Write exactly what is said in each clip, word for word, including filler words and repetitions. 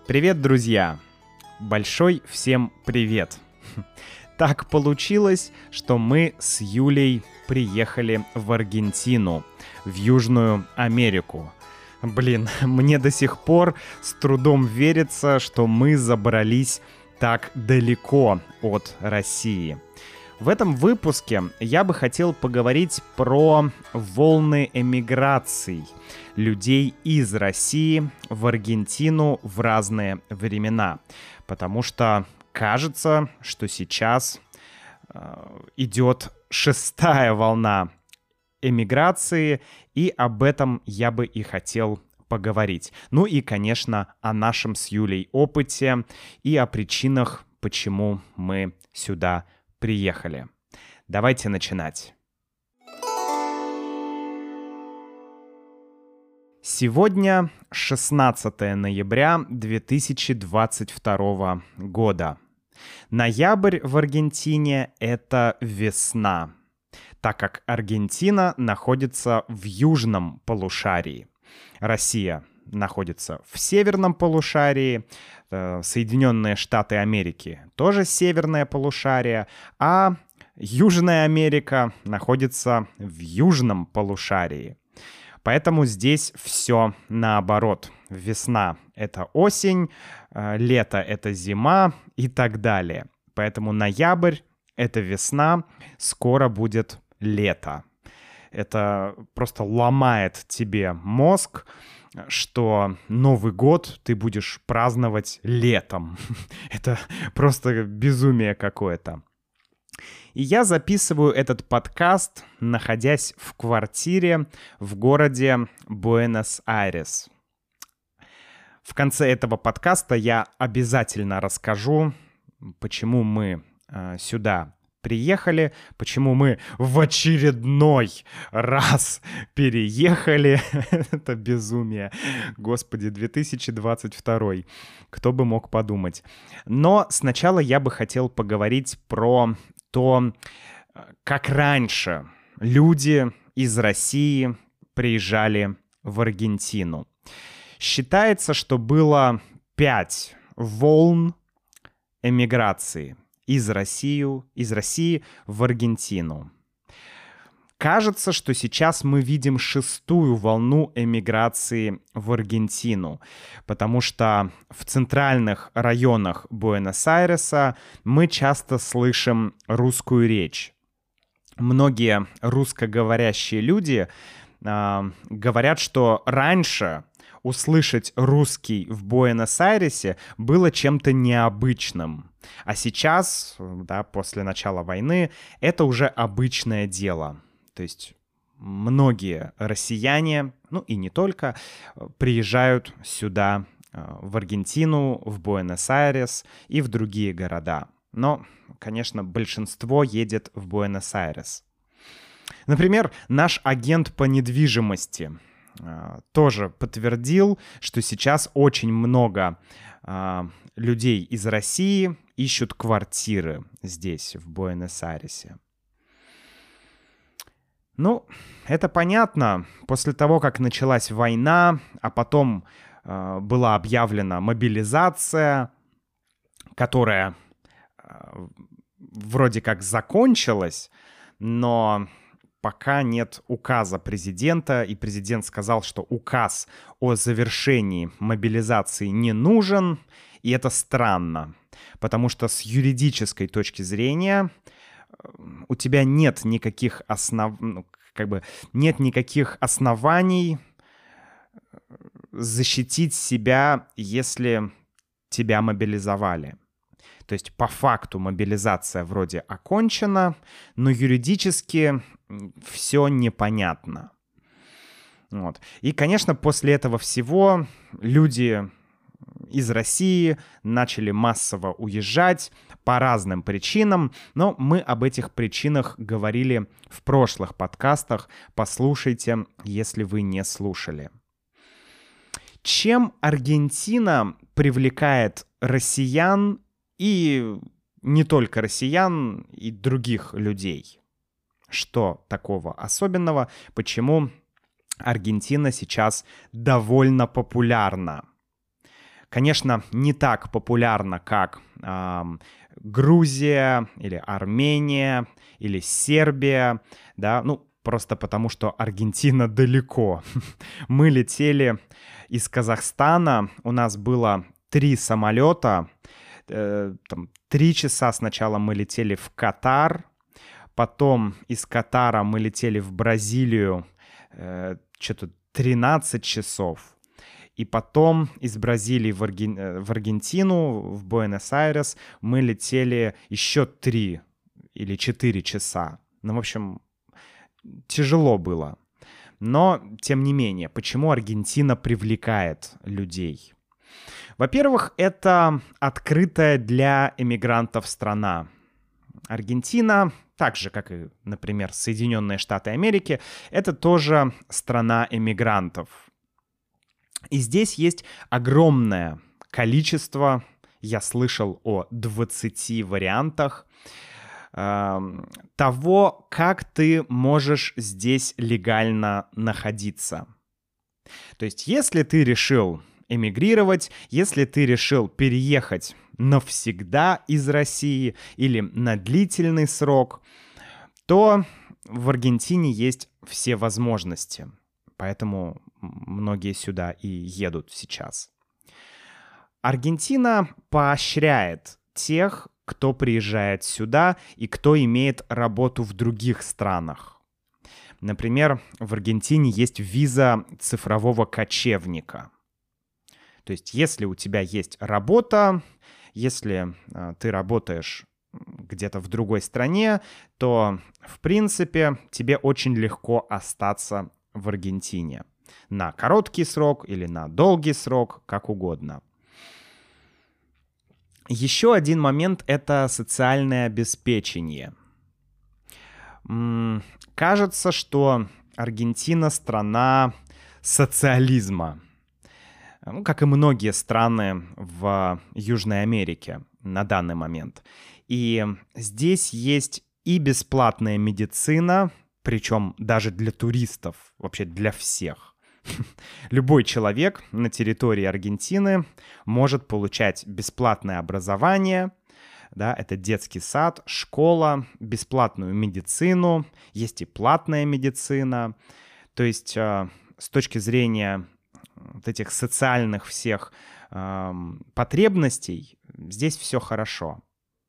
Привет, друзья! Большой всем привет! Так получилось, что мы с Юлей приехали в Аргентину, в Южную Америку. Блин, мне до сих пор с трудом верится, что мы забрались так далеко от России. В этом выпуске я бы хотел поговорить про волны эмиграций людей из России в Аргентину в разные времена. Потому что кажется, что сейчас э, идет шестая волна эмиграции, и об этом я бы и хотел поговорить. Ну и, конечно, о нашем с Юлей опыте и о причинах, почему мы сюда приехали. Давайте начинать. Сегодня шестнадцатое ноября две тысячи двадцать второго года. Ноябрь в Аргентине — это весна, так как Аргентина находится в южном полушарии. Россия находится в северном полушарии, Соединенные Штаты Америки тоже северное полушарие, а Южная Америка находится в южном полушарии. Поэтому здесь все наоборот. Весна — это осень, лето — это зима и так далее. Поэтому ноябрь — это весна, скоро будет лето. Это просто ломает тебе мозг, что Новый год ты будешь праздновать летом. Это просто безумие какое-то. И я записываю этот подкаст, находясь в квартире в городе Буэнос-Айрес. В конце этого подкаста я обязательно расскажу, почему мы э, сюда приехали, почему мы в очередной раз переехали. Это безумие. Господи, две тысячи двадцать второй. Кто бы мог подумать. Но сначала я бы хотел поговорить про то, как раньше люди из России приезжали в Аргентину. Считается, что было пять волн эмиграции из России, из России в Аргентину. Кажется, что сейчас мы видим шестую волну эмиграции в Аргентину, потому что в центральных районах Буэнос-Айреса мы часто слышим русскую речь. Многие русскоговорящие люди э, говорят, что раньше услышать русский в Буэнос-Айресе было чем-то необычным. А сейчас, да, после начала войны, это уже обычное дело. То есть многие россияне, ну и не только, приезжают сюда, в Аргентину, в Буэнос-Айрес и в другие города. Но, конечно, большинство едет в Буэнос-Айрес. Например, наш агент по недвижимости тоже подтвердил, что сейчас очень много а, людей из России ищут квартиры здесь, в Буэнос-Айресе. Ну, это понятно. После того, как началась война, а потом а, была объявлена мобилизация, которая а, вроде как закончилась, но пока нет указа президента, и президент сказал, что указ о завершении мобилизации не нужен, и это странно, потому что с юридической точки зрения у тебя нет никаких основ... ну, как бы нет никаких оснований защитить себя, если тебя мобилизовали. То есть по факту мобилизация вроде окончена, но юридически все непонятно. Вот. И, конечно, после этого всего люди из России начали массово уезжать по разным причинам, но мы об этих причинах говорили в прошлых подкастах. Послушайте, если вы не слушали. Чем Аргентина привлекает россиян и не только россиян, и других людей? Что такого особенного? Почему Аргентина сейчас довольно популярна? Конечно, не так популярно, как э, Грузия или Армения или Сербия, да, ну, просто потому что Аргентина далеко. Мы летели из Казахстана, у нас было три самолета, э, там, три часа сначала мы летели в Катар, потом из Катара мы летели в Бразилию, э, что-то тринадцать часов. И потом из Бразилии в, Арген... в Аргентину, в Буэнос-Айрес мы летели еще три или четыре часа. Ну, в общем, тяжело было. Но, тем не менее, почему Аргентина привлекает людей? Во-первых, это открытая для эмигрантов страна. Аргентина, так же, как и, например, Соединенные Штаты Америки, это тоже страна эмигрантов. И здесь есть огромное количество, я слышал о двадцати вариантах, э, того, как ты можешь здесь легально находиться. То есть, если ты решил эмигрировать, если ты решил переехать навсегда из России или на длительный срок, то в Аргентине есть все возможности. Поэтому многие сюда и едут сейчас. Аргентина поощряет тех, кто приезжает сюда и кто имеет работу в других странах. Например, в Аргентине есть виза цифрового кочевника. То есть, если у тебя есть работа, если э, ты работаешь где-то в другой стране, то, в принципе, тебе очень легко остаться в Аргентине. На короткий срок или на долгий срок, как угодно. Еще один момент — это социальное обеспечение. М-м, кажется, что Аргентина — страна социализма. Ну, как и многие страны в Южной Америке на данный момент. И здесь есть и бесплатная медицина, причем даже для туристов, вообще для всех. Любой человек на территории Аргентины может получать бесплатное образование, да, это детский сад, школа, бесплатную медицину, есть и платная медицина. То есть э, с точки зрения вот этих социальных всех э, потребностей здесь все хорошо.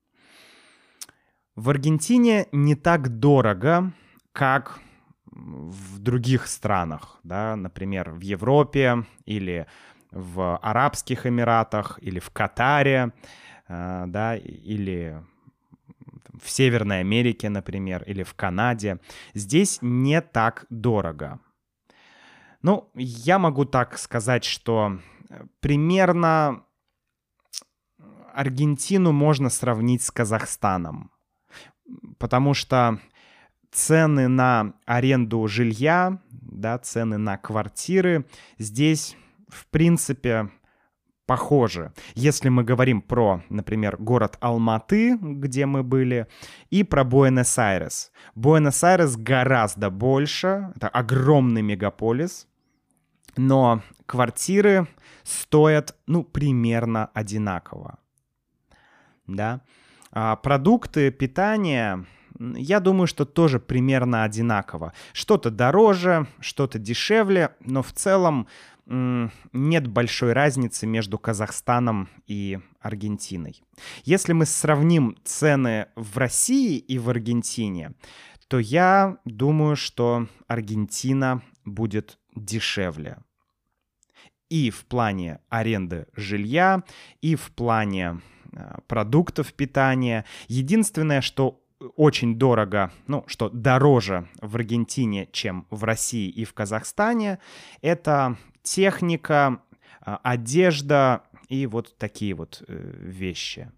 В Аргентине не так дорого, как в других странах, да, например, в Европе или в Арабских Эмиратах или в Катаре, э, да, или в Северной Америке, например, или в Канаде. Здесь не так дорого. Ну, я могу так сказать, что примерно Аргентину можно сравнить с Казахстаном, потому что цены на аренду жилья, да, цены на квартиры здесь, в принципе, похожи. Если мы говорим про, например, город Алматы, где мы были, и про Буэнос-Айрес. Буэнос-Айрес гораздо больше, это огромный мегаполис, но квартиры стоят, ну, примерно одинаково. Да? А продукты питания, я думаю, что тоже примерно одинаково. Что-то дороже, что-то дешевле, но в целом м- нет большой разницы между Казахстаном и Аргентиной. Если мы сравним цены в России и в Аргентине, то я думаю, что Аргентина будет дешевле. И в плане аренды жилья, и в плане э, продуктов питания. Единственное, что очень дорого, ну, что дороже в Аргентине, чем в России и в Казахстане, это техника, э, одежда и вот такие вот э, вещи.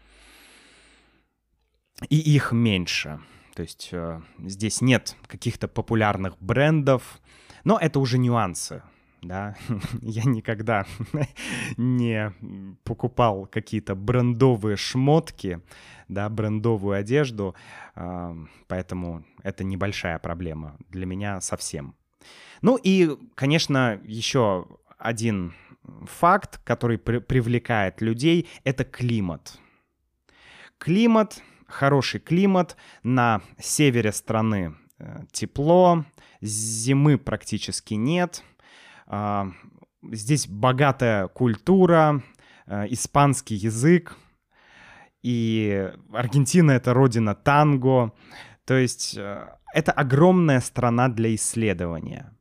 И их меньше. То есть э, здесь нет каких-то популярных брендов, но это уже нюансы. Да, я никогда не покупал какие-то брендовые шмотки, да, брендовую одежду, поэтому это небольшая проблема для меня совсем. Ну и, конечно, еще один факт, который при- привлекает людей, это климат. Климат, хороший климат, на севере страны э, тепло, зимы практически нет, э, здесь богатая культура, э, испанский язык, и Аргентина — это родина танго, то есть э, это огромная страна для исследования.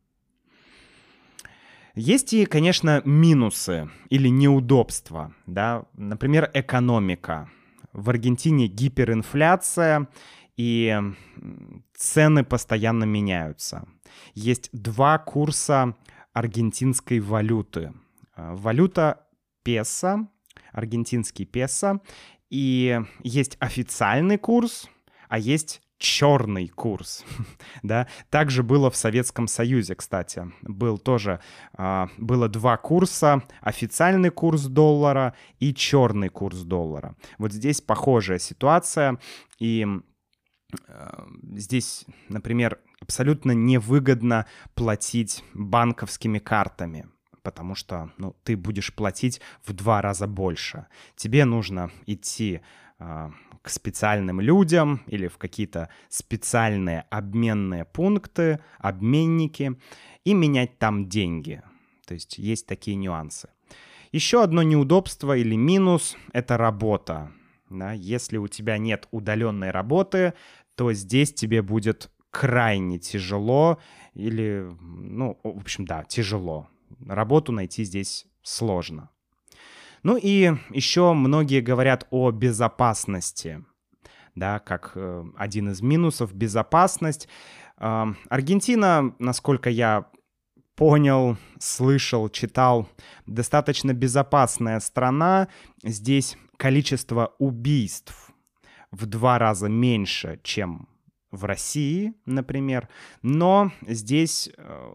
Есть и, конечно, минусы или неудобства, да, например, экономика. В Аргентине гиперинфляция, и цены постоянно меняются. Есть два курса аргентинской валюты. Валюта песо, аргентинский песо, и есть официальный курс, а есть черный курс, да. Также было в Советском Союзе, кстати. Был тоже, а, было два курса: официальный курс доллара и черный курс доллара. Вот здесь похожая ситуация, и а, здесь, например, абсолютно невыгодно платить банковскими картами, потому что, ну, ты будешь платить в два раза больше. Тебе нужно идти а, к специальным людям или в какие-то специальные обменные пункты, обменники, и менять там деньги. То есть есть такие нюансы. Еще одно неудобство или минус — это работа. Да? Если у тебя нет удаленной работы, то здесь тебе будет крайне тяжело или, ну, в общем, да, тяжело. Работу найти здесь сложно. Ну и еще многие говорят о безопасности, да, как э, один из минусов — безопасность. Э, Аргентина, насколько я понял, слышал, читал, достаточно безопасная страна. Здесь количество убийств в два раза меньше, чем в России, например, но здесь э,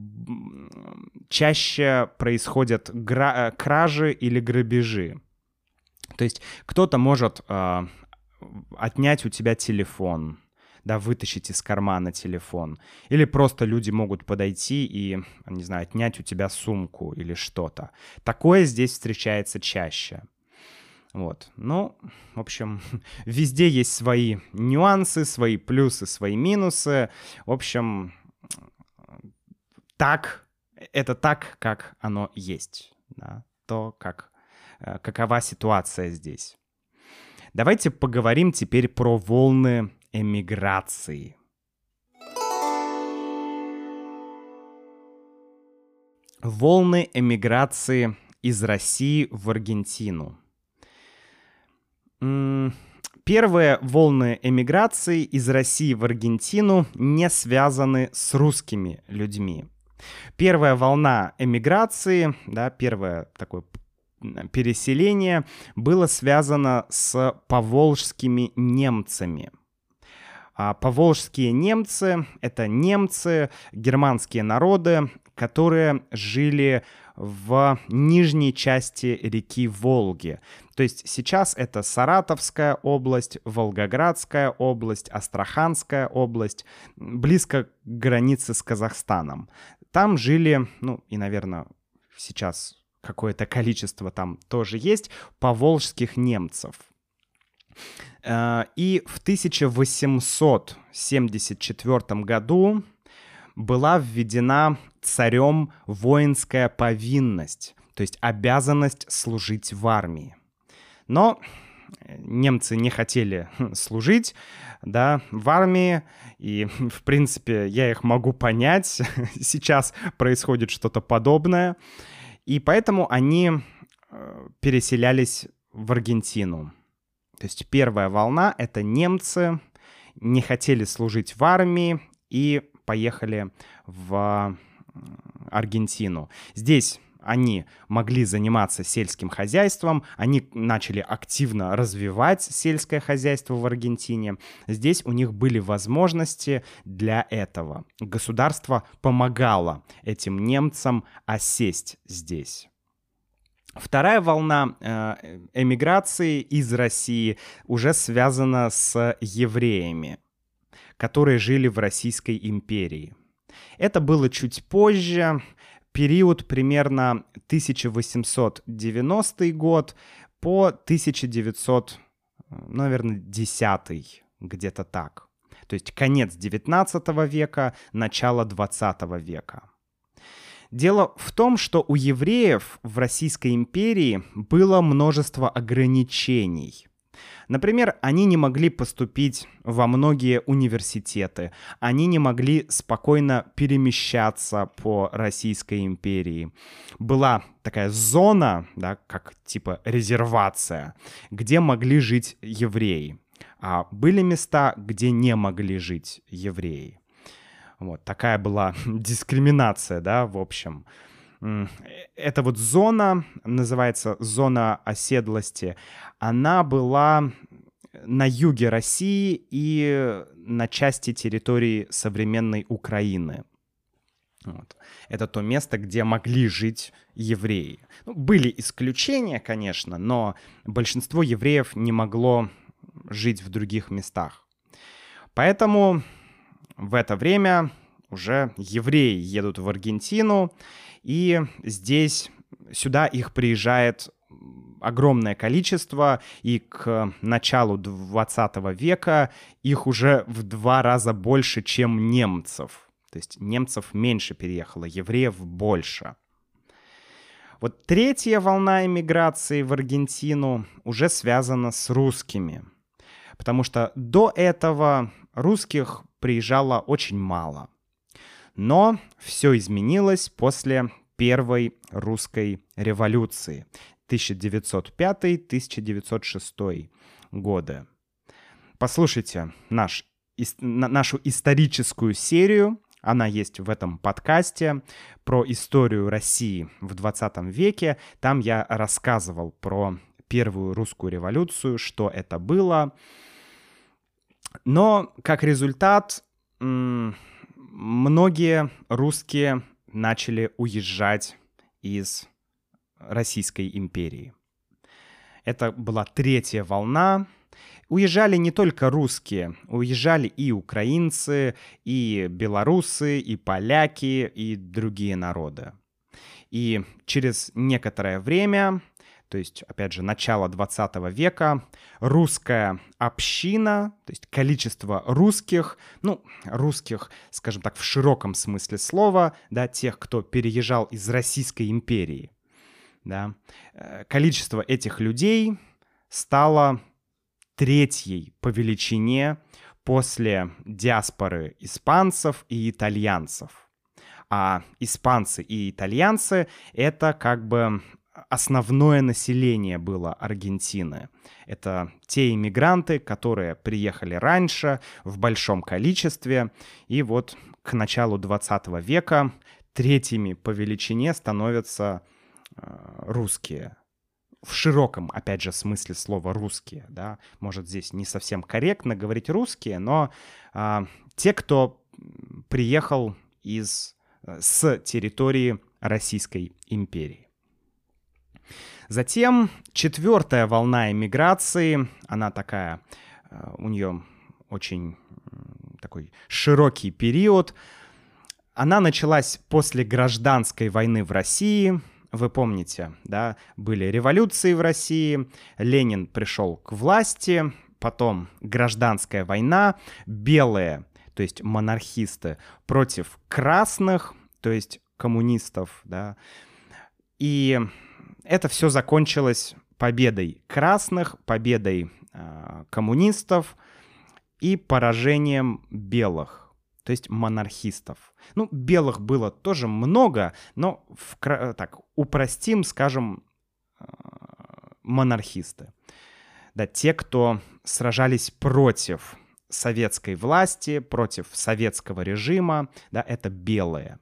чаще происходят гра- кражи или грабежи. То есть кто-то может э, отнять у тебя телефон, да, вытащить из кармана телефон, или просто люди могут подойти и, не знаю, отнять у тебя сумку или что-то. Такое здесь встречается чаще. Вот, ну, в общем, везде есть свои нюансы, свои плюсы, свои минусы. В общем, так, это так, как оно есть, да, то, как, какова ситуация здесь. Давайте поговорим теперь про волны эмиграции. Волны эмиграции из России в Аргентину. Первые волны эмиграции из России в Аргентину не связаны с русскими людьми. Первая волна эмиграции, да, первое такое переселение было связано с поволжскими немцами. А поволжские немцы — это немцы, германские народы, которые жили в нижней части реки Волги. То есть сейчас это Саратовская область, Волгоградская область, Астраханская область, близко к границе с Казахстаном. Там жили, ну и, наверное, сейчас какое-то количество там тоже есть, поволжских немцев. И в тысяча восемьсот семьдесят четвёртом году была введена царем воинская повинность, то есть обязанность служить в армии. Но немцы не хотели служить, да, в армии, и, в принципе, я их могу понять. Сейчас происходит что-то подобное, и поэтому они переселялись в Аргентину. То есть первая волна — это немцы не хотели служить в армии и поехали в Аргентину. Здесь они могли заниматься сельским хозяйством, они начали активно развивать сельское хозяйство в Аргентине. Здесь у них были возможности для этого. Государство помогало этим немцам осесть здесь. Вторая волна э, эмиграции из России уже связана с евреями, которые жили в Российской империи. Это было чуть позже. период примерно тысяча восемьсот девяностый год по тысяча девятьсот, наверное, десятый, где-то так. То есть конец девятнадцатого века, начало двадцатого века. Дело в том, что у евреев в Российской империи было множество ограничений. Например, они не могли поступить во многие университеты, они не могли спокойно перемещаться по Российской империи. Была такая зона, да, как типа резервация, где могли жить евреи, а были места, где не могли жить евреи. Вот такая была дискриминация, да, в общем. Эта вот зона, называется зона оседлости, она была на юге России и на части территории современной Украины. Вот. Это то место, где могли жить евреи. Ну, были исключения, конечно, но большинство евреев не могло жить в других местах. Поэтому в это время уже евреи едут в Аргентину, и здесь, сюда их приезжает огромное количество, и к началу двадцатого века их уже в два раза больше, чем немцев. То есть немцев меньше переехало, евреев больше. Вот третья волна эмиграции в Аргентину уже связана с русскими, потому что до этого русских приезжало очень мало. Но все изменилось после Первой русской революции тысяча девятьсот пятый — тысяча девятьсот шестой годы. Послушайте наш, ис, на, нашу историческую серию, она есть в этом подкасте про историю России в двадцатом веке. Там я рассказывал про Первую русскую революцию, что это было. Но как результат м- многие русские начали уезжать из Российской империи. Это была третья волна. Уезжали не только русские, уезжали и украинцы, и белорусы, и поляки, и другие народы. И через некоторое время, то есть, опять же, начало двадцатого века, русская община, то есть количество русских, ну, русских, скажем так, в широком смысле слова, да, тех, кто переезжал из Российской империи, да, количество этих людей стало третьей по величине после диаспоры испанцев и итальянцев. А испанцы и итальянцы — это как бы основное население было Аргентины. Это те иммигранты, которые приехали раньше в большом количестве, и вот к началу двадцатого века третьими по величине становятся э, русские. В широком, опять же, смысле слова «русские». Да? Может, здесь не совсем корректно говорить «русские», но э, те, кто приехал из, с территории Российской империи. Затем четвертая волна эмиграции, она такая, у нее очень такой широкий период. Она началась после гражданской войны в России. Вы помните, да, были революции в России, Ленин пришел к власти, потом гражданская война, белые, то есть монархисты, против красных, то есть коммунистов, да, и это все закончилось победой красных, победой э, коммунистов и поражением белых, то есть монархистов. Ну, белых было тоже много, но в, так, упростим, скажем, э, монархисты. Да, те, кто сражались против советской власти, против советского режима, да, это белые.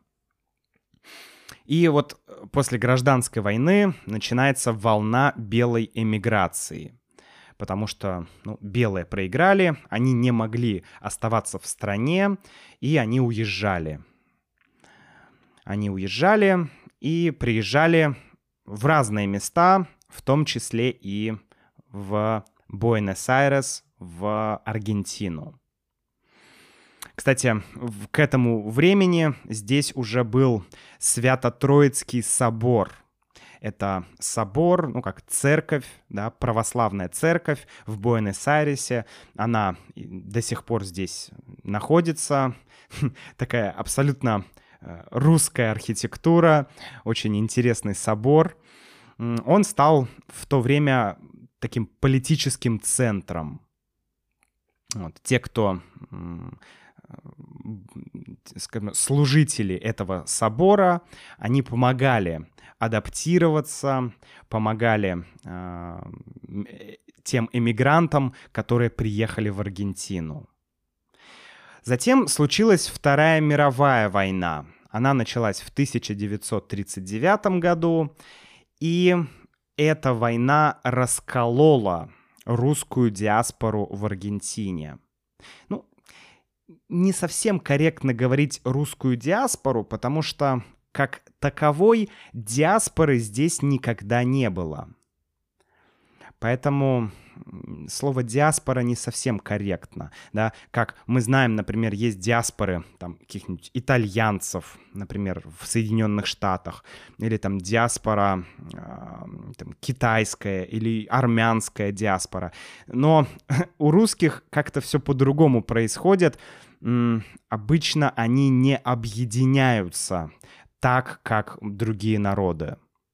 И вот после гражданской войны начинается волна белой эмиграции, потому что ну, белые проиграли, они не могли оставаться в стране, и они уезжали. Они уезжали и приезжали в разные места, в том числе и в Буэнос-Айрес, в Аргентину. Кстати, в- к этому времени здесь уже был Свято-Троицкий собор. Это собор, ну как церковь, да, православная церковь в Буэнос-Айресе. Она и до сих пор здесь находится. Такая абсолютно э, русская архитектура, очень интересный собор. М, Он стал в то время таким политическим центром. Вот. Те, кто м, м, скажем, служители этого собора, они помогали адаптироваться, помогали а, м, э, тем эмигрантам, которые приехали в Аргентину. Затем случилась Вторая мировая война. Она началась в тысяча девятьсот тридцать девятом году, и эта война расколола русскую диаспору в Аргентине. Ну, не совсем корректно говорить русскую диаспору, потому что как таковой диаспоры здесь никогда не было. Поэтому м, слово диаспора не совсем корректно, да, как мы знаем, например, есть диаспоры там каких-нибудь итальянцев, например, в Соединенных Штатах, или там диаспора э, там, китайская или армянская диаспора, но у русских как-то все по-другому происходит. М, обычно они не объединяются так, как другие народы.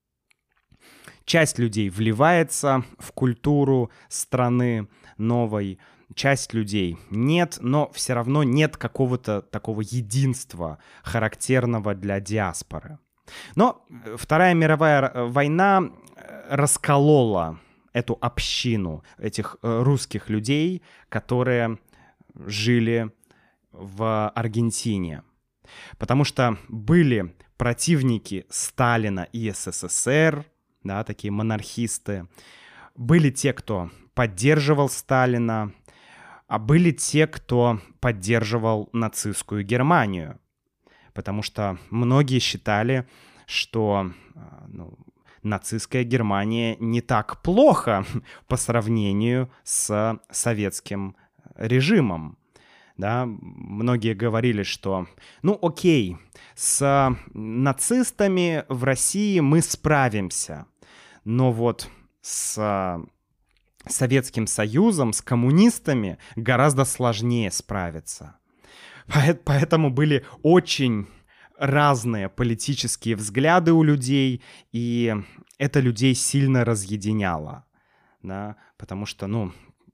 Часть людей вливается в культуру страны новой, часть людей нет, но все равно нет какого-то такого единства, характерного для диаспоры. Но Вторая мировая война расколола эту общину этих русских людей, которые жили в Аргентине. Потому что были противники Сталина и СССР, да, такие монархисты. Были те, кто поддерживал Сталина, а были те, кто поддерживал нацистскую Германию. Потому что многие считали, что ну, нацистская Германия не так плохо по сравнению с советским режимом. Да, многие говорили, что, ну окей, с нацистами в России мы справимся, но вот с Советским Союзом, с коммунистами гораздо сложнее справиться. Поэтому были очень разные политические взгляды у людей, и это людей сильно разъединяло, да, потому что, ну,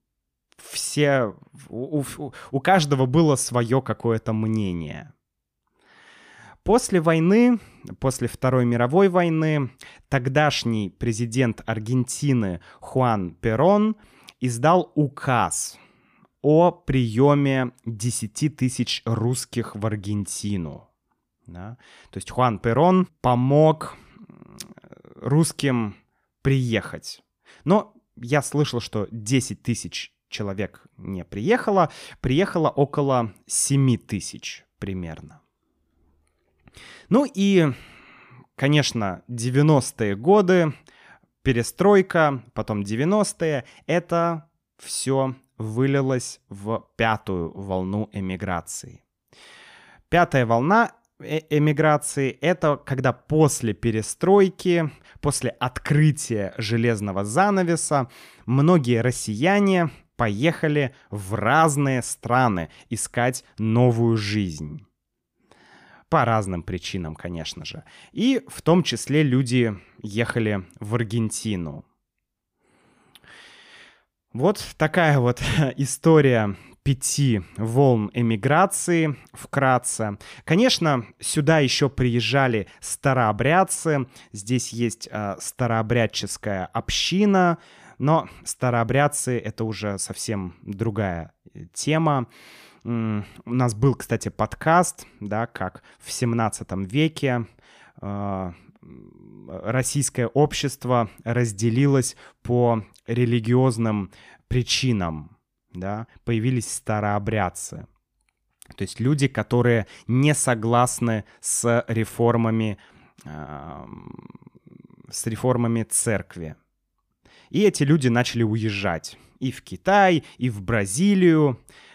все, у, у, у каждого было свое какое-то мнение. После войны, после Второй мировой войны, тогдашний президент Аргентины Хуан Перон издал указ о приеме десяти тысяч русских в Аргентину. Да? То есть Хуан Перон помог русским приехать. Но я слышал, что десять тысяч человек не приехало, приехало около семь тысяч примерно. Ну и, конечно, девяностые годы, перестройка, потом девяностые, это все вылилось в пятую волну эмиграции. Пятая волна э- эмиграции — это когда после перестройки, после открытия железного занавеса многие россияне поехали в разные страны искать новую жизнь. По разным причинам, конечно же. И в том числе люди ехали в Аргентину. Вот такая вот история пяти волн эмиграции вкратце. Конечно, сюда еще приезжали старообрядцы. Здесь есть э, старообрядческая община, но старообрядцы — это уже совсем другая тема. У нас был, кстати, подкаст, да, как в семнадцатом веке э, российское общество разделилось по религиозным причинам, да, появились старообрядцы. То есть люди, которые не согласны с реформами, э, с реформами церкви. И эти люди начали уезжать и в Китай, и в Бразилию.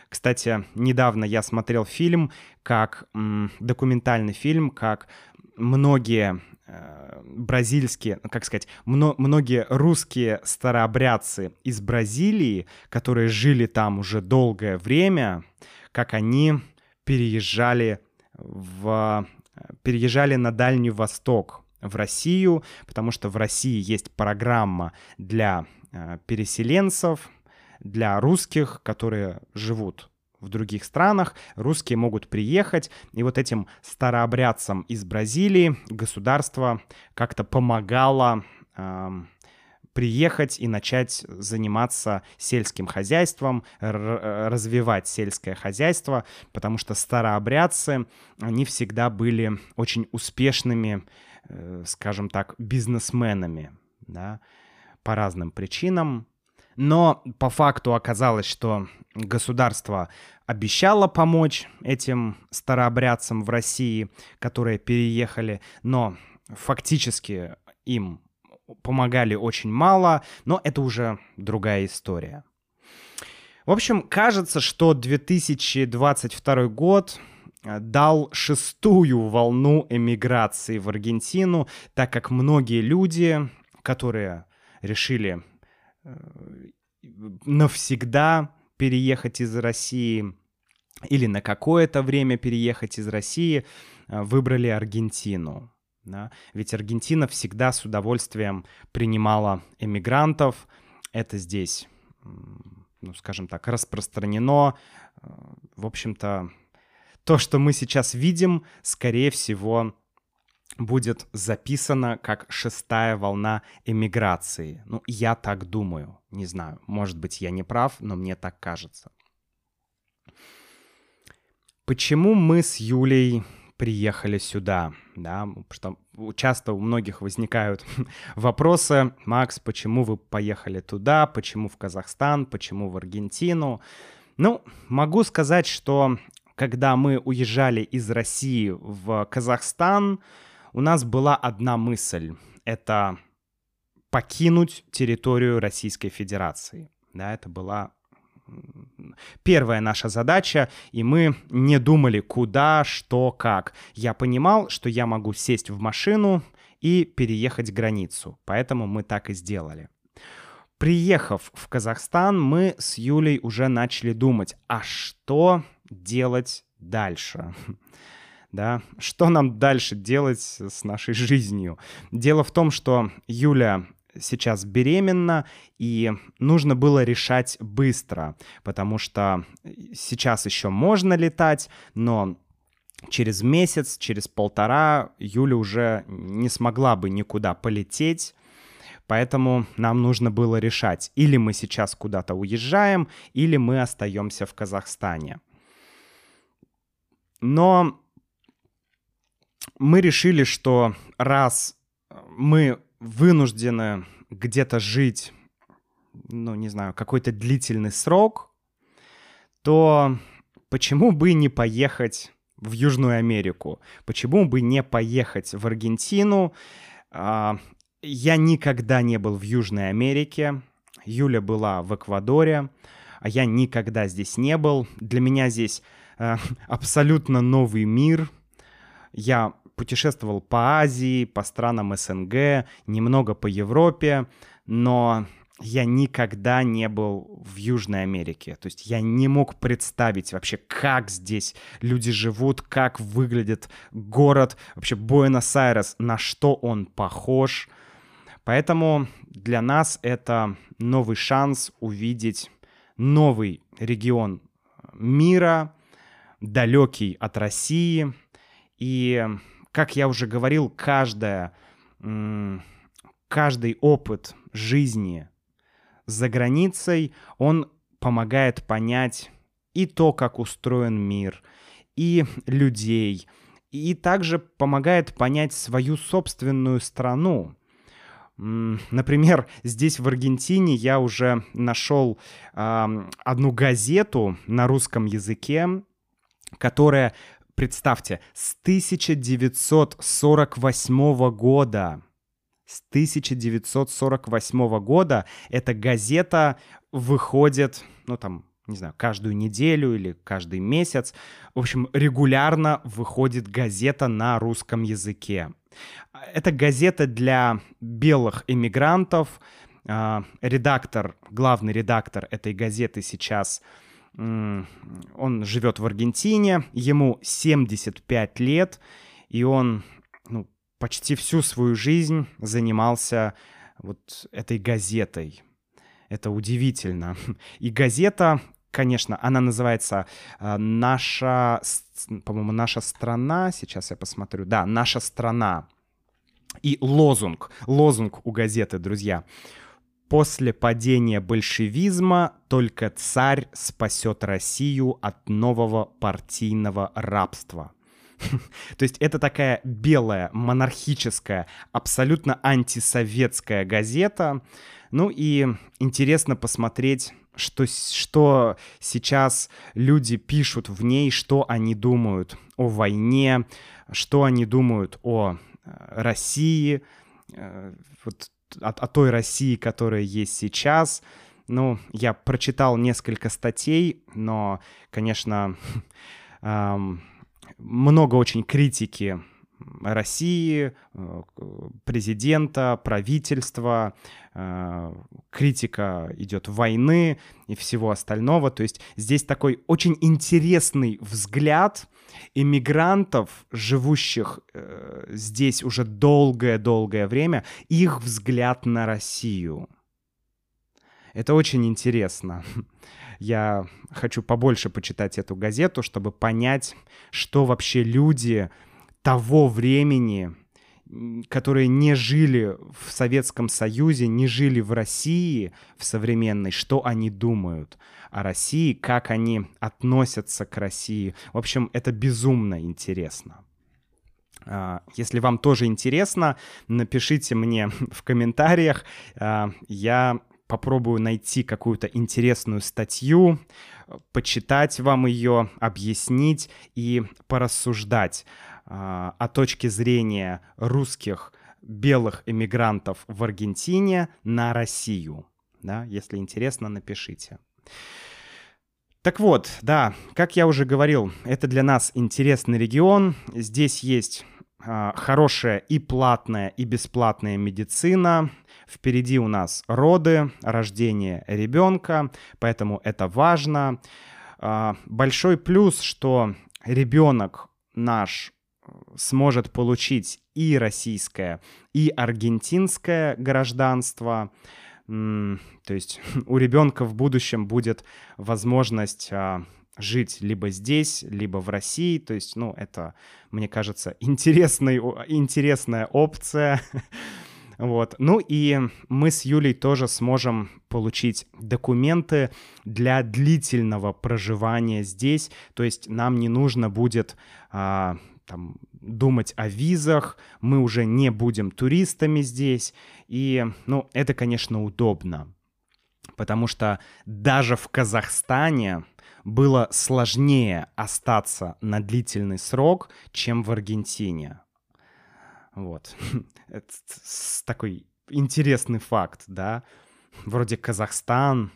Кстати, недавно я смотрел фильм, как м, документальный фильм, как многие э, бразильские, ну, как сказать, мно- многие русские старообрядцы из Бразилии, которые жили там уже долгое время, как они переезжали в переезжали на Дальний Восток, в Россию, потому что в России есть программа для э, переселенцев, для русских, которые живут в других странах. Русские могут приехать, и вот этим старообрядцам из Бразилии государство как-то помогало э, приехать и начать заниматься сельским хозяйством, р- развивать сельское хозяйство, потому что старообрядцы, они всегда были очень успешными, э, скажем так, бизнесменами, да, по разным причинам. Но по факту оказалось, что государство обещало помочь этим старообрядцам в России, которые переехали, но фактически им помогали очень мало, но это уже другая история. В общем, кажется, что две тысячи двадцать второй год дал шестую волну эмиграции в Аргентину, так как многие люди, которые решили навсегда переехать из России или на какое-то время переехать из России, выбрали Аргентину. Да? Ведь Аргентина всегда с удовольствием принимала эмигрантов. Это здесь, ну, скажем так, распространено. В общем-то, то, что мы сейчас видим, скорее всего, будет записано как шестая волна эмиграции. Ну, я так думаю. Не знаю, может быть, я не прав, но мне так кажется. Почему мы с Юлей приехали сюда? Да, что часто у многих возникают вопросы: Макс, почему вы поехали туда, почему в Казахстан, почему в Аргентину? Ну, могу сказать, что когда мы уезжали из России в Казахстан, у нас была одна мысль — это покинуть территорию Российской Федерации. Да, это была первая наша задача, и мы не думали, куда, что, как. Я понимал, что я могу сесть в машину и переехать границу, поэтому мы так и сделали. Приехав в Казахстан, мы с Юлей уже начали думать, а что делать дальше? Да, что нам дальше делать с нашей жизнью? Дело в том, что Юля сейчас беременна, и нужно было решать быстро, потому что сейчас еще можно летать, но через месяц, через полтора Юля уже не смогла бы никуда полететь, поэтому нам нужно было решать, или мы сейчас куда-то уезжаем, или мы остаемся в Казахстане. Но мы решили, что раз мы вынуждены где-то жить, ну, не знаю, какой-то длительный срок, то почему бы не поехать в Южную Америку? Почему бы не поехать в Аргентину? Я никогда не был в Южной Америке. Юля была в Эквадоре, а я никогда здесь не был. Для меня здесь абсолютно новый мир. Я путешествовал по Азии, по странам СНГ, немного по Европе, но я никогда не был в Южной Америке. То есть я не мог представить вообще, как здесь люди живут, как выглядит город, вообще Буэнос-Айрес, на что он похож. Поэтому для нас это новый шанс увидеть новый регион мира, далекий от России. И, как я уже говорил, каждая, каждый опыт жизни за границей, он помогает понять и то, как устроен мир, и людей, и также помогает понять свою собственную страну. Например, здесь в Аргентине я уже нашел э, одну газету на русском языке, которая, представьте, с тысяча девятьсот сорок восьмого года. С тысяча девятьсот сорок восьмого года эта газета выходит, ну там, не знаю, каждую неделю или каждый месяц. В общем, регулярно выходит газета на русском языке. Это газета для белых эмигрантов. Редактор, главный редактор этой газеты сейчас, он живет в Аргентине, ему семьдесят пять лет, и он, ну, почти всю свою жизнь занимался вот этой газетой. Это удивительно. И газета, конечно, она называется э, «Наша», по-моему, «Наша страна». Сейчас я посмотрю. Да, «Наша страна». И лозунг. Лозунг у газеты, друзья. «После падения большевизма только царь спасет Россию от нового партийного рабства». То есть это такая белая, монархическая, абсолютно антисоветская газета. Ну и интересно посмотреть, что, что сейчас люди пишут в ней, что они думают о войне, что они думают о России, вот, о, о той России, которая есть сейчас. Ну, я прочитал несколько статей, но, конечно, эм, много очень критики России, президента, правительства, критика идет войны и всего остального. То есть здесь такой очень интересный взгляд иммигрантов, живущих здесь уже долгое-долгое время, их взгляд на Россию. Это очень интересно. Я хочу побольше почитать эту газету, чтобы понять, что вообще люди того времени, которые не жили в Советском Союзе, не жили в России, в современной, что они думают о России, как они относятся к России. В общем, это безумно интересно. Если вам тоже интересно, напишите мне в комментариях. Я попробую найти какую-то интересную статью, почитать вам ее, объяснить и порассуждать о точке зрения русских белых эмигрантов в Аргентине на Россию. Да, если интересно, напишите. Так вот, да, как я уже говорил, это для нас интересный регион. Здесь есть а, хорошая и платная, и бесплатная медицина. Впереди у нас роды, рождение ребенка, поэтому это важно. А, большой плюс, что ребенок наш сможет получить и российское, и аргентинское гражданство. То есть у ребенка в будущем будет возможность а, жить либо здесь, либо в России. То есть, ну, это, мне кажется, интересный, интересная опция. Вот. Ну и мы с Юлей тоже сможем получить документы для длительного проживания здесь. То есть нам не нужно будет а, там, думать о визах, мы уже не будем туристами здесь. И, ну, это, конечно, удобно, потому что даже в Казахстане было сложнее остаться на длительный срок, чем в Аргентине. Вот. Это такой интересный факт, да. Вроде Казахстан,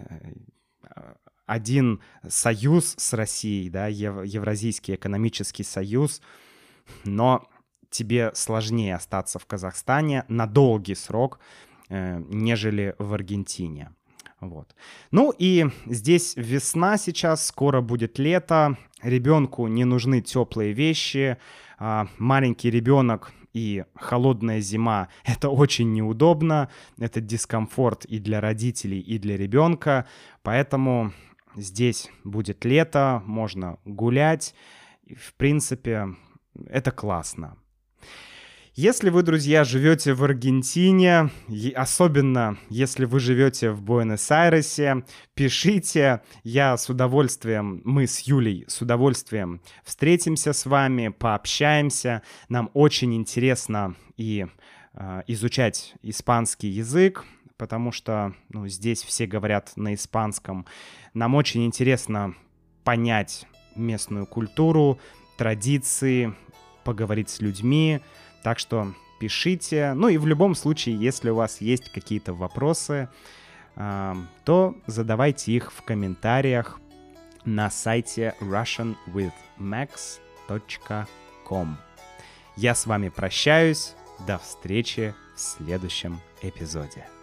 один союз с Россией, да, Евразийский экономический союз, но тебе сложнее остаться в Казахстане на долгий срок, э, нежели в Аргентине. Вот. Ну и здесь весна сейчас, скоро будет лето, ребенку не нужны теплые вещи, э, маленький ребенок и холодная зима — это очень неудобно, это дискомфорт и для родителей, и для ребенка, поэтому здесь будет лето, можно гулять, и, в принципе, это классно. Если вы, друзья, живете в Аргентине, особенно если вы живете в Буэнос-Айресе, пишите, я с удовольствием, мы с Юлей с удовольствием встретимся с вами, пообщаемся. Нам очень интересно и э, изучать испанский язык, потому что, ну, здесь все говорят на испанском. Нам очень интересно понять местную культуру, традиции, поговорить с людьми. Так что пишите. Ну и в любом случае, если у вас есть какие-то вопросы, то задавайте их в комментариях на сайте russian with max точка com. Я с вами прощаюсь. До встречи в следующем эпизоде.